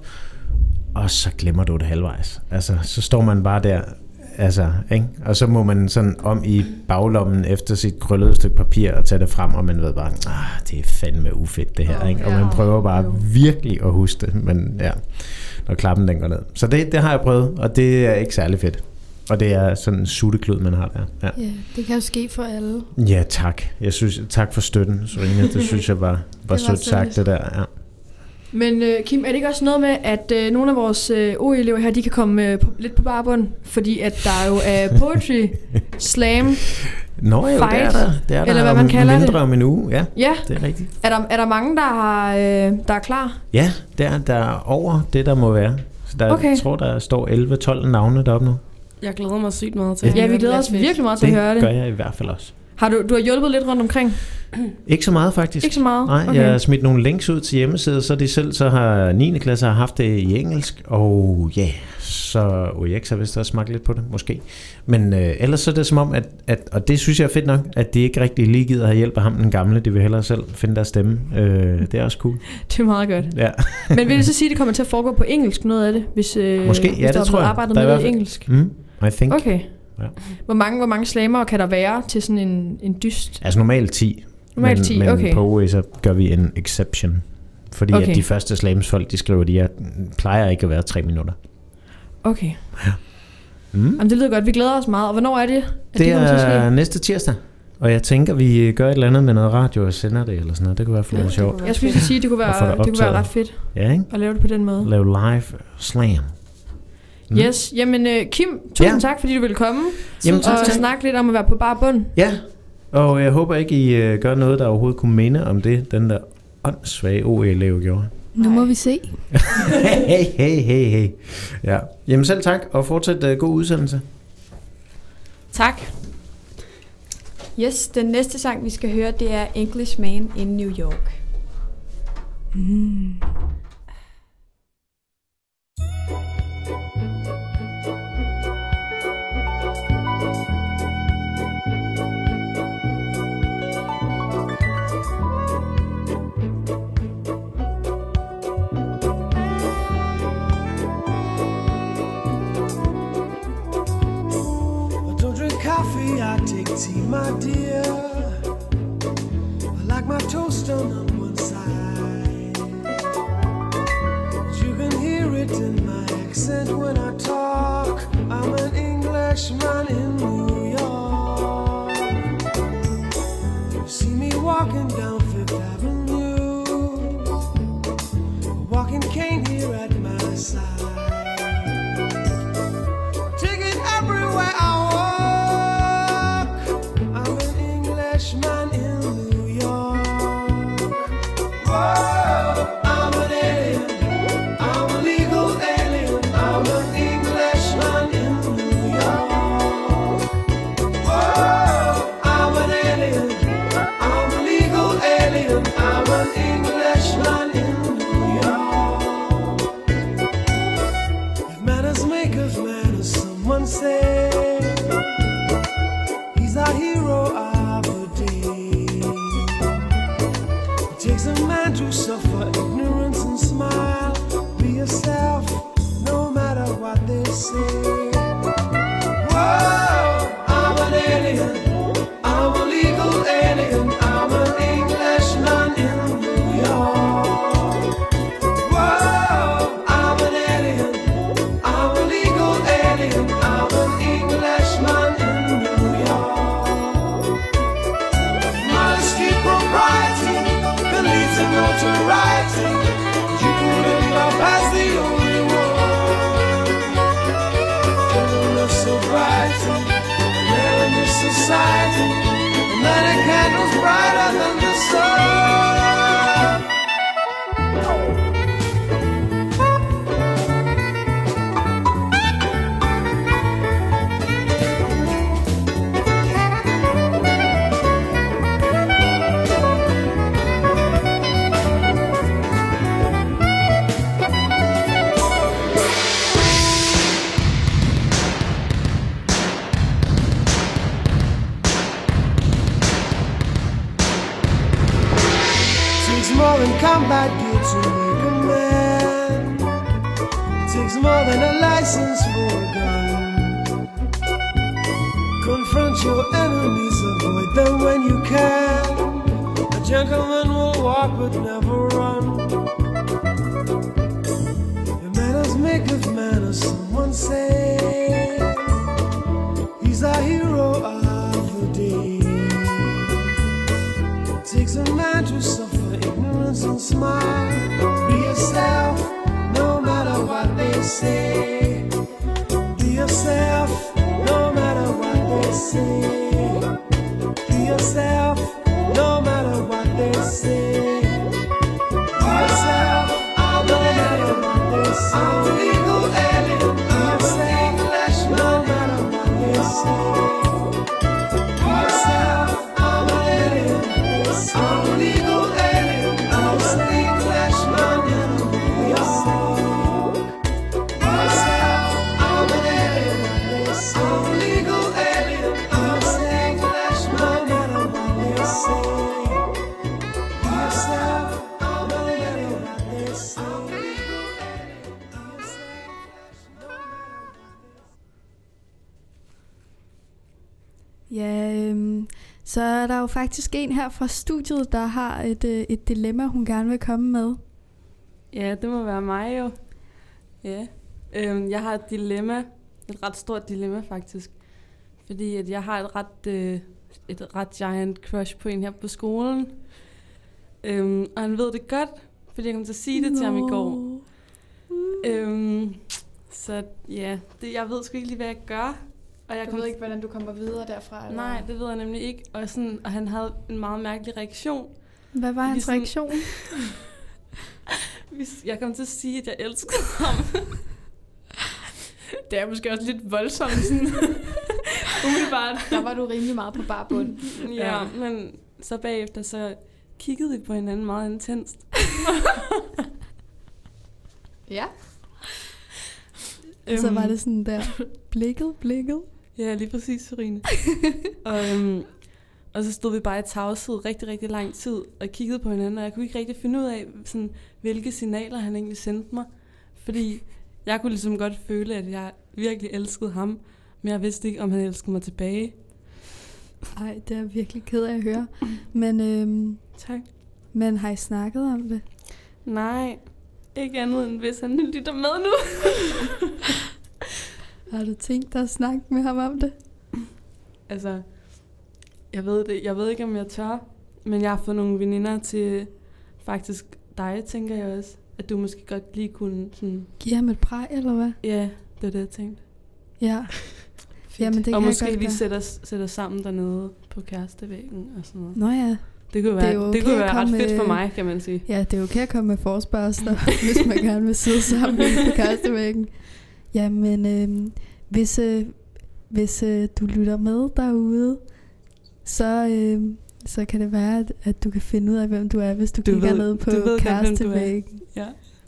og så glemmer du det halvvejs. Altså, så står man bare der, altså, ikke? Og så må man sådan om i baglommen efter sit krøllede stykke papir og tage det frem, og man ved bare, det er fandme ufedt det her, ikke? Og man prøver bare virkelig at huske det, men ja, når klappen den går ned. Så det har jeg prøvet, og det er ikke særlig fedt. Og det er sådan en sutteklud, man har der. Ja, det kan jo ske for alle. Ja, tak. Jeg synes, tak for støtten, Sorine. Det synes jeg var sødt sagt, det der. Ja. Men Kim, er det ikke også noget med, at nogle af vores OE-elever her, de kan komme lidt på barbund? Fordi at der jo er poetry slam Nå jo, fight, det er der eller hvad man kalder mindre om en uge. Ja, det er rigtigt. Er der mange, der er klar? Ja, der er over det, der må være. Så jeg tror, der står 11-12 navne deroppe nu. Jeg glæder mig sygt meget til at høre det. Ja, vi glæder os virkelig meget til at høre det. Det gør jeg i hvert fald også. Har du har hjulpet lidt rundt omkring? Ikke så meget faktisk. Ikke så meget? Nej, jeg har smidt nogle links ud til hjemmesiden, så de selv så har 9. klasse har haft det i engelsk, og ja, så OEX har vist også smagt lidt på det, måske. Men ellers så er det som om, at og det synes jeg er fedt nok, at de ikke rigtig lige gider have hjælp af ham den gamle, de vil hellere selv finde deres stemme. Det er også cool. Det er meget godt. Ja. Men vil det så sige, at det kommer til at foregå på engelsk, noget af det, hvis, måske, hvis ja, der det tror jeg. arbejdet med det i engelsk? I think. Okay. Ja. Hvor mange slamere kan der være til sådan en dyst? Altså normalt 10. Normalt 10, men okay. På OE så gør vi en exception. Fordi at de første slamsfolk, de skriver, de plejer ikke at være 3 minutter. Okay. Ja. Jamen, det lyder godt. Vi glæder os meget. Og hvornår er det? Det er næste tirsdag. Og jeg tænker, vi gør et eller andet med noget radio og sender det eller sådan noget. Det kunne være for sjovt. Jeg skulle sige, det kunne være ret fedt at lave det på den måde. Lave live slam. Yes, jamen Kim, tusind tak, fordi du ville komme og snakke lidt om at være på bar bund. Ja, og jeg håber ikke, I gør noget, der overhovedet kunne minde om det, den der åndssvage OE-elev gjorde. Nu må vi se. Hey. Ja. Jamen selv tak, og fortsæt god udsendelse. Tak. Yes, den næste sang, vi skal høre, det er Englishman in New York. Coffee, I take tea, my dear. Whoa, I'm an alien. I'm a legal alien. I'm an Englishman in New York. Whoa, I'm an alien. I'm a legal alien. I'm an Englishman in New York. If manners make of manners, someone say he's our hero of the day. It takes a man to suffer ignorance and smile. Be yourself, no matter what they say. Whoa, I'm an alien. I'm a legal alien. I'm an Englishman in New York. Whoa, I'm an alien. I'm a legal alien. I'm an Englishman in New York. Modesty, propriety can lead to notoriety. You couldn't love as the only one. Full sobriety, rare in this society. And many candles brighter than the sun. Takes more than combat gear to make a man. Takes more than a license for a gun. Confront your enemies, avoid them when you can. A gentleman will walk but never run. Your manners make of manners, someone say. He's our hero of the day. Takes a man to suffer ignorance and smile. Be yourself, no matter what they say. Be yourself, no matter what they say. Be yourself, no matter what they say. Be yourself, no matter what they say. I'm a legal alien. I'm an Englishman, no matter what they say. Be yourself, I'm an alien. I'm a legal alien. I'm an Englishman in New York. Be yourself, I'm an alien. I'm a legal alien. I'm an Englishman, no matter what they say. Be yourself, I'm an alien. I'm a legal alien. Ja, så er der jo faktisk en her fra studiet, der har et dilemma, hun gerne vil komme med. Ja, det må være mig jo. Ja. Jeg har et dilemma, et ret stort dilemma faktisk. Fordi at jeg har et ret giant crush på en her på skolen. Og han ved det godt, fordi jeg kom til at sige det til ham i går. Så ja, jeg ved sgu ikke lige, hvad jeg gør. Og jeg ved ikke, hvordan du kommer videre derfra? Eller? Nej, det ved jeg nemlig ikke. Og han havde en meget mærkelig reaktion. Hvad var hans reaktion? Jeg kom til at sige, at jeg elskede ham. Det er måske også lidt voldsomt sådan. Umiddelbart. Der var du rimelig meget på bar bund. Ja, men så bagefter så kiggede vi på hinanden meget intenst. Ja. Så var det sådan der blikket. Ja, lige præcis, Serine. Og så stod vi bare i tavshed rigtig, rigtig lang tid og kiggede på hinanden, og jeg kunne ikke rigtig finde ud af, sådan, hvilke signaler han egentlig sendte mig. Fordi jeg kunne ligesom godt føle, at jeg virkelig elskede ham, men jeg vidste ikke, om han elskede mig tilbage. Ej, det er jeg virkelig ked af at høre. Men, tak. Men har I snakket om det? Nej, ikke andet end hvis han lytter med nu. Har du tænkt dig at snakke med ham om det? Altså, jeg ved ikke, om jeg tør, men jeg har fået nogle veninder til faktisk dig, tænker jeg også, at du måske godt lige kunne sådan... Give ham et præg, eller hvad? Ja, det er det, jeg tænkte. Ja. Jamen, det og kan måske jeg godt lige sætte os sammen dernede på kærestevæggen og sådan noget. Nå ja, Det kunne være ret fedt for mig, kan man sige. Ja, det er okay at komme med forespørgsler, hvis man gerne vil sidde sammen på kastevæggen. Jamen, hvis du lytter med derude, så kan det være, at du kan finde ud af, hvem du er, hvis du kigger ned på kastevæggen. Ja.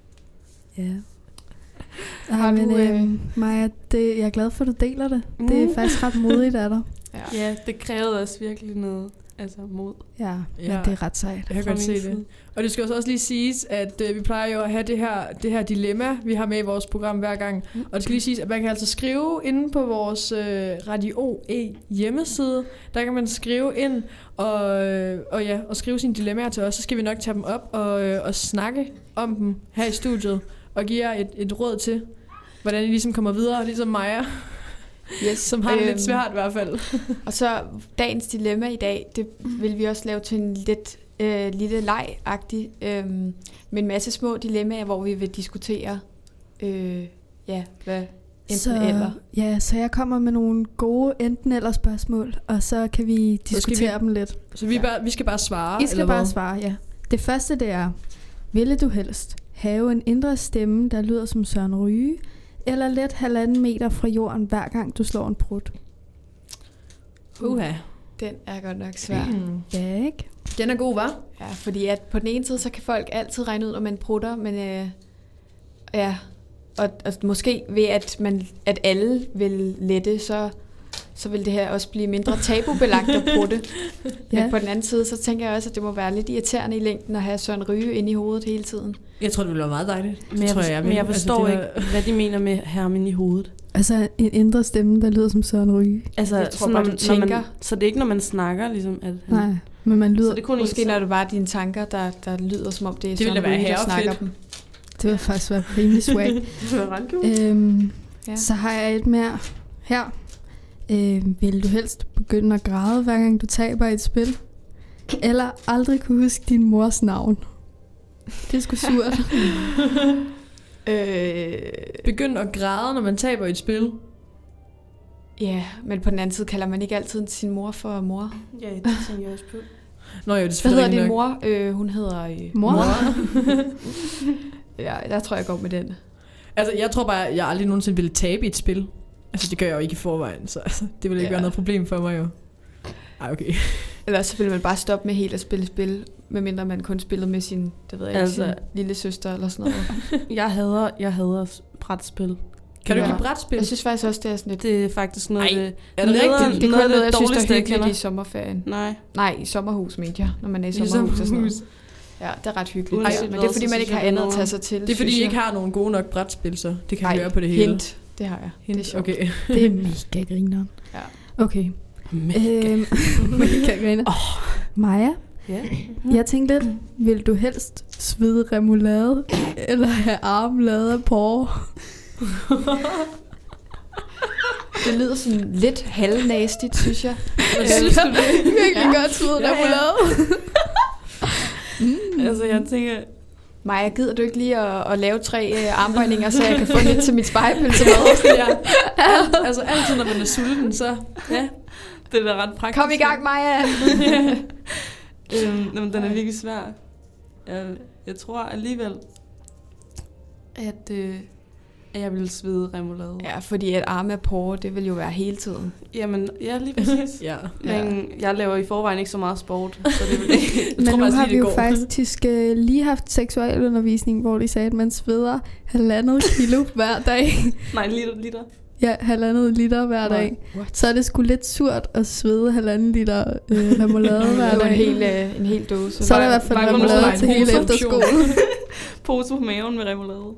Maja, jeg er glad for, at du deler det. Det er faktisk ret modigt af dig. Ja, det krævede også virkelig noget mod. Ja, men det er ret sejt. Jeg kan godt se det. Og det skal også lige siges, at vi plejer jo at have det her dilemma, vi har med i vores program hver gang. Og det skal lige siges, at man kan altså skrive inde på vores Radio E hjemmeside. Der kan man skrive ind og skrive sine dilemmaer til os. Så skal vi nok tage dem op og snakke om dem her i studiet. Og give jer et råd til, hvordan I ligesom kommer videre, ligesom Maja. Yes, som har det lidt svært i hvert fald. Og så dagens dilemma i dag, det vil vi også lave til en lidt lille leg-agtig, med en masse små dilemmaer, hvor vi vil diskutere, hvad enten eller. Ja, så jeg kommer med nogle gode enten eller spørgsmål, og så kan vi diskutere dem lidt. Så vi skal bare svare? I skal bare svare, ja. Det første, det er, ville du helst have en indre stemme, der lyder som Søren Ryge, eller let 1,5 meter fra jorden, hver gang du slår en prut? Den er godt nok svær. Ja, ikke? Den er god, hva'? Ja, fordi at på den ene side, så kan folk altid regne ud, når man prutter, men og måske ved, at alle vil lette, så vil det her også blive mindre tabubelagt at prutte. Men på den anden side, så tænker jeg også, at det må være lidt irriterende i længden at have Søren Ryge inde i hovedet hele tiden. Jeg tror, det ville være meget dejligt. Men jeg forstår ikke, hvad de mener med hermen i hovedet. Altså en indre stemme, der lyder som Søren Ryge. Altså, jeg tror bare, du tænker. Så det er ikke, når man snakker, ligesom at nej, men man lyder. Så det kunne måske, når det var dine tanker, der lyder som om det er Søren Ryge, der snakker dem. Det vil faktisk være rimelig swag. Det var ret cool. Så har jeg et mere her. Vil du helst begynde at græde, hver gang du taber et spil? Eller aldrig kunne huske din mors navn? Det er sgu surt. Begynde at græde, når man taber et spil? Ja, men på den anden side kalder man ikke altid sin mor for mor. Ja, det tænker jeg også på. Nå, jo, det hvad hedder din mor? Hun hedder... mor? Ja, der tror jeg går med den. Altså, jeg tror bare, jeg aldrig nogensinde ville tabe et spil. Altså, det gør jeg jo ikke i forvejen, så altså, det ville ikke være noget problem for mig jo. Ej, okay. Eller så ville man bare stoppe med helt at spille spil, medmindre man kun spillede med sin, sin lille søster eller sådan noget. Jeg hader brætspil. Kan du ikke lide brætspil? Jeg synes faktisk også, det er sådan lidt... Det er faktisk noget... Ej, er det rigtigt? Det er kun noget, jeg synes, der er hyggeligt i sommerferien. Nej, i sommerhus, medier, når man er i sommerhus og sådan noget. Ja, det er ret hyggeligt. Men det er fordi, man ikke har andet at tage sig til. Det er fordi, I ikke har nogen gode nok brætspil, så det kan gøre på det hele. Hint. Det har jeg. Hint. Det er sjovt. Okay. Det er mega grineren. Ja. Okay. Mega griner. Maja, jeg tænkte lidt, vil du helst svede remoulade, eller have armen lavet af porre? Det lyder sådan lidt halvnastigt, synes jeg. Synes du det? Virkelig godt svede remoulade. Altså, jeg tænker... Maja, gider du ikke lige at lave 3 armbøjninger, så jeg kan få lidt til mit spejepølse? Altså, altid når man er sulten, så... Ja, det er da ret praktisk. Kom i gang, Maja! Den er virkelig svær. Jeg tror alligevel, at jeg vil svede remoulade. Ja, fordi at arme af porre, det vil jo være hele tiden. Jamen, ja, lige præcis. Men jeg laver i forvejen ikke så meget sport, så det vil ikke. Men nu har vi jo faktisk lige haft seksualundervisning, hvor de sagde, at man sveder 1,5 kilo hver dag. Nej, liter. Ja, 1,5 liter hver dag. Så er det sgu lidt surt at svede 1,5 liter remoulade hver dag. En hel dåse. Så er der i hvert fald remoulade til hele efterskolen. Pose på maven med remoulade.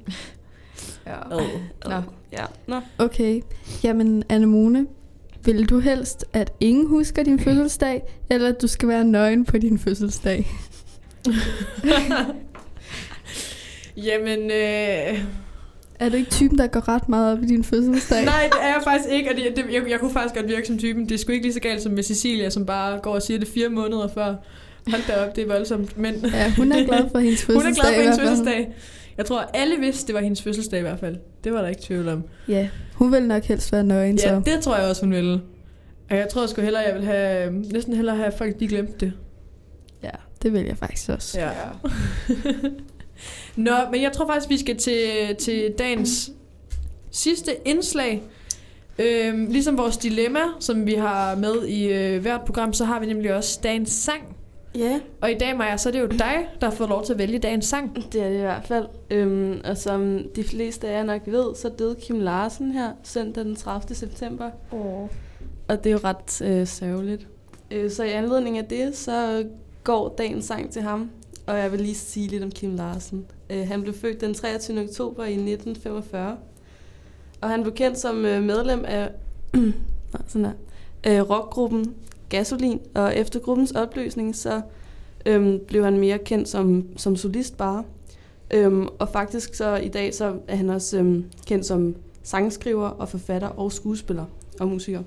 Nå. Okay. Jamen, Anemone, vil du helst, at ingen husker din fødselsdag, eller at du skal være nøgen på din fødselsdag? Jamen, er du ikke typen, der går ret meget op i din fødselsdag? Nej, det er jeg faktisk ikke, og jeg kunne faktisk godt virke som typen. Det er sgu ikke lige så galt som med Cecilia, som bare går og siger det 4 måneder før. Hold da op, det er voldsomt. Men ja, hun er glad for hendes fødselsdag. Hun er glad for hendes fødselsdag. Jeg tror, alle vidste, det var hendes fødselsdag i hvert fald. Det var der ikke tvivl om. Ja, hun vil nok helst være nøgen, så. Ja, det tror jeg også, hun ville. Og jeg tror sgu hellere, jeg vil have, næsten hellere have folk, de glemte det. Ja. Det vil jeg faktisk også. Ja. Nå, men jeg tror faktisk, vi skal til dagens sidste indslag. Ligesom vores dilemma, som vi har med i hvert program, så har vi nemlig også dagens sang. Ja. Og i dag, Maja, så er det jo dig, der har fået lov til at vælge dagens sang. Det er det i hvert fald. Og som de fleste af jer nok ved, så døde Kim Larsen her søndag den 30. september. Og det er jo ret sørgeligt. Så i anledning af det, så går dagens sang til ham. Og jeg vil lige sige lidt om Kim Larsen. Han blev født den 23. oktober i 1945. Og han blev kendt som medlem af rockgruppen Gasolin. Og efter gruppens opløsning, så blev han mere kendt som solist bare. Og faktisk så i dag, så er han også kendt som sangskriver og forfatter og skuespiller og musiker.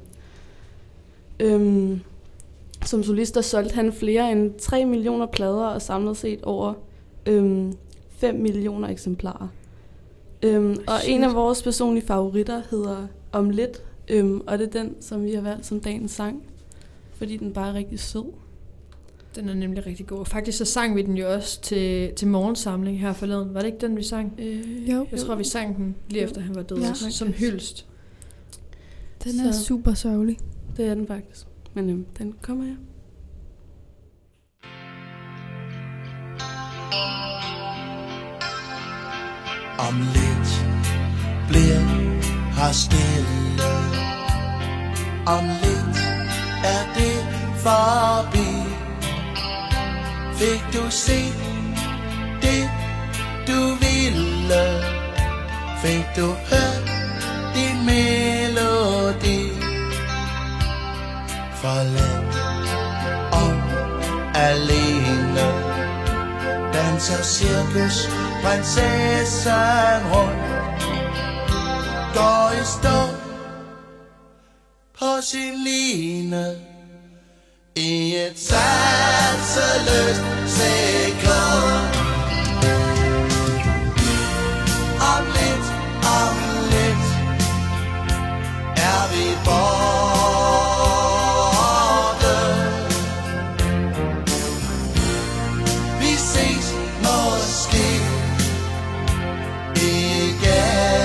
Som solist, der solgte han flere end 3 millioner plader og samlet set over 5 millioner eksemplarer. Og en af vores personlige favoritter hedder Om lidt, og det er den, som vi har valgt som dagens sang, fordi den bare er rigtig sød. Den er nemlig rigtig god. Faktisk så sang vi den jo også til morgensamling her forleden. Var det ikke den, vi sang? Jo. Jeg tror, vi sang den lige efter han var død, som hyldest. Den er super sørgelig. Det er den faktisk. Men den kommer her. Om lidt bliver her stille. Om lidt er det forbi. Fik du set det du ville? Fik du hørt din melodi? Forladt og alene danser cirkus prinsessen rundt. Går i stå på sin line i et sanseløst sekund. Om lidt er vi borte. Vi ses måske igen.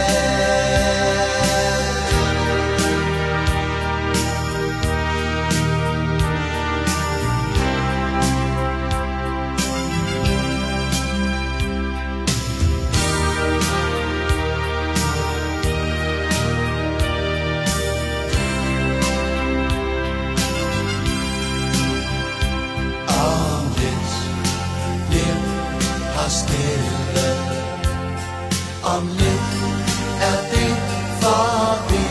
Stille. Om lidt er det forbi.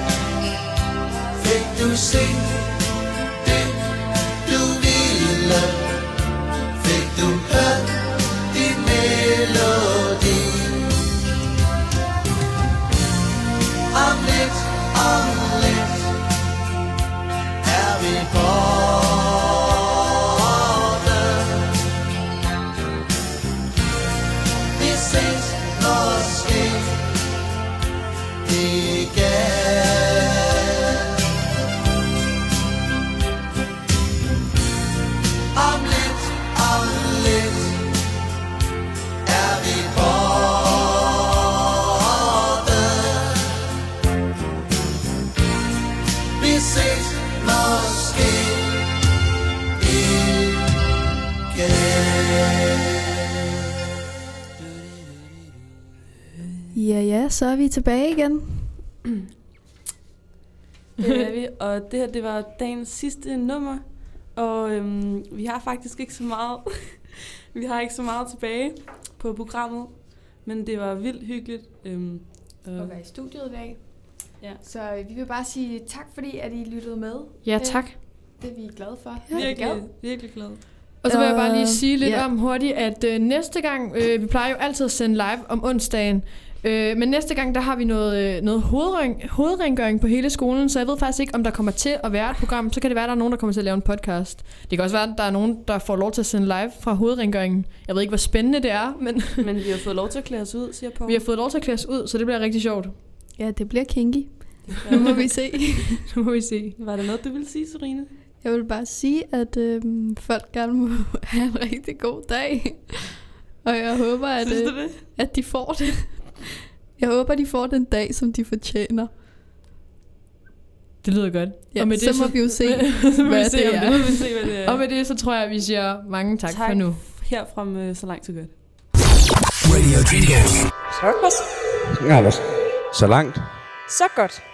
Fik du set det du ville? Fik du hørt din melodi? Om lidt er vi borte. Vi ses måske igen. Om lidt er vi borte. Vi ses måske igen. Ja, så er vi tilbage igen. Det er vi, og det her, det var dagens sidste nummer, og vi har faktisk ikke så meget, vi har ikke så meget tilbage på programmet, men det var vildt hyggeligt. At være i studiet i dag. Ja. Så vi vil bare sige tak, fordi at I lyttede med. Ja, tak. Det er vi glade for. Virkelig glade. Og så vil jeg bare lige sige lidt om hurtigt, at næste gang, vi plejer jo altid at sende live om onsdagen, men næste gang, der har vi noget hovedrengøring på hele skolen, så jeg ved faktisk ikke, om der kommer til at være et program. Så kan det være, at der er nogen, der kommer til at lave en podcast. Det kan også være, at der er nogen, der får lov til at sende live fra hovedrengøringen. Jeg ved ikke, hvor spændende det er, men... Men vi har fået lov til at klæde os ud, siger Paul. Vi har fået lov til at klæde os ud, så det bliver rigtig sjovt. Ja, det bliver kinky. Nu må vi se. Nu må vi se. Var der noget, du ville sige, Serine? Jeg vil bare sige, at folk gerne må have en rigtig god dag. Og jeg håber, at de får det. Jeg håber, de får den dag, som de fortjener. Det lyder godt. Ja, og med så det, må vi jo se, hvad det er. Og med det, så tror jeg, at vi siger mange tak for nu. Her fra Så Langt Så Godt. Radio Dreamcast. Så godt. Ja, så langt. Så godt.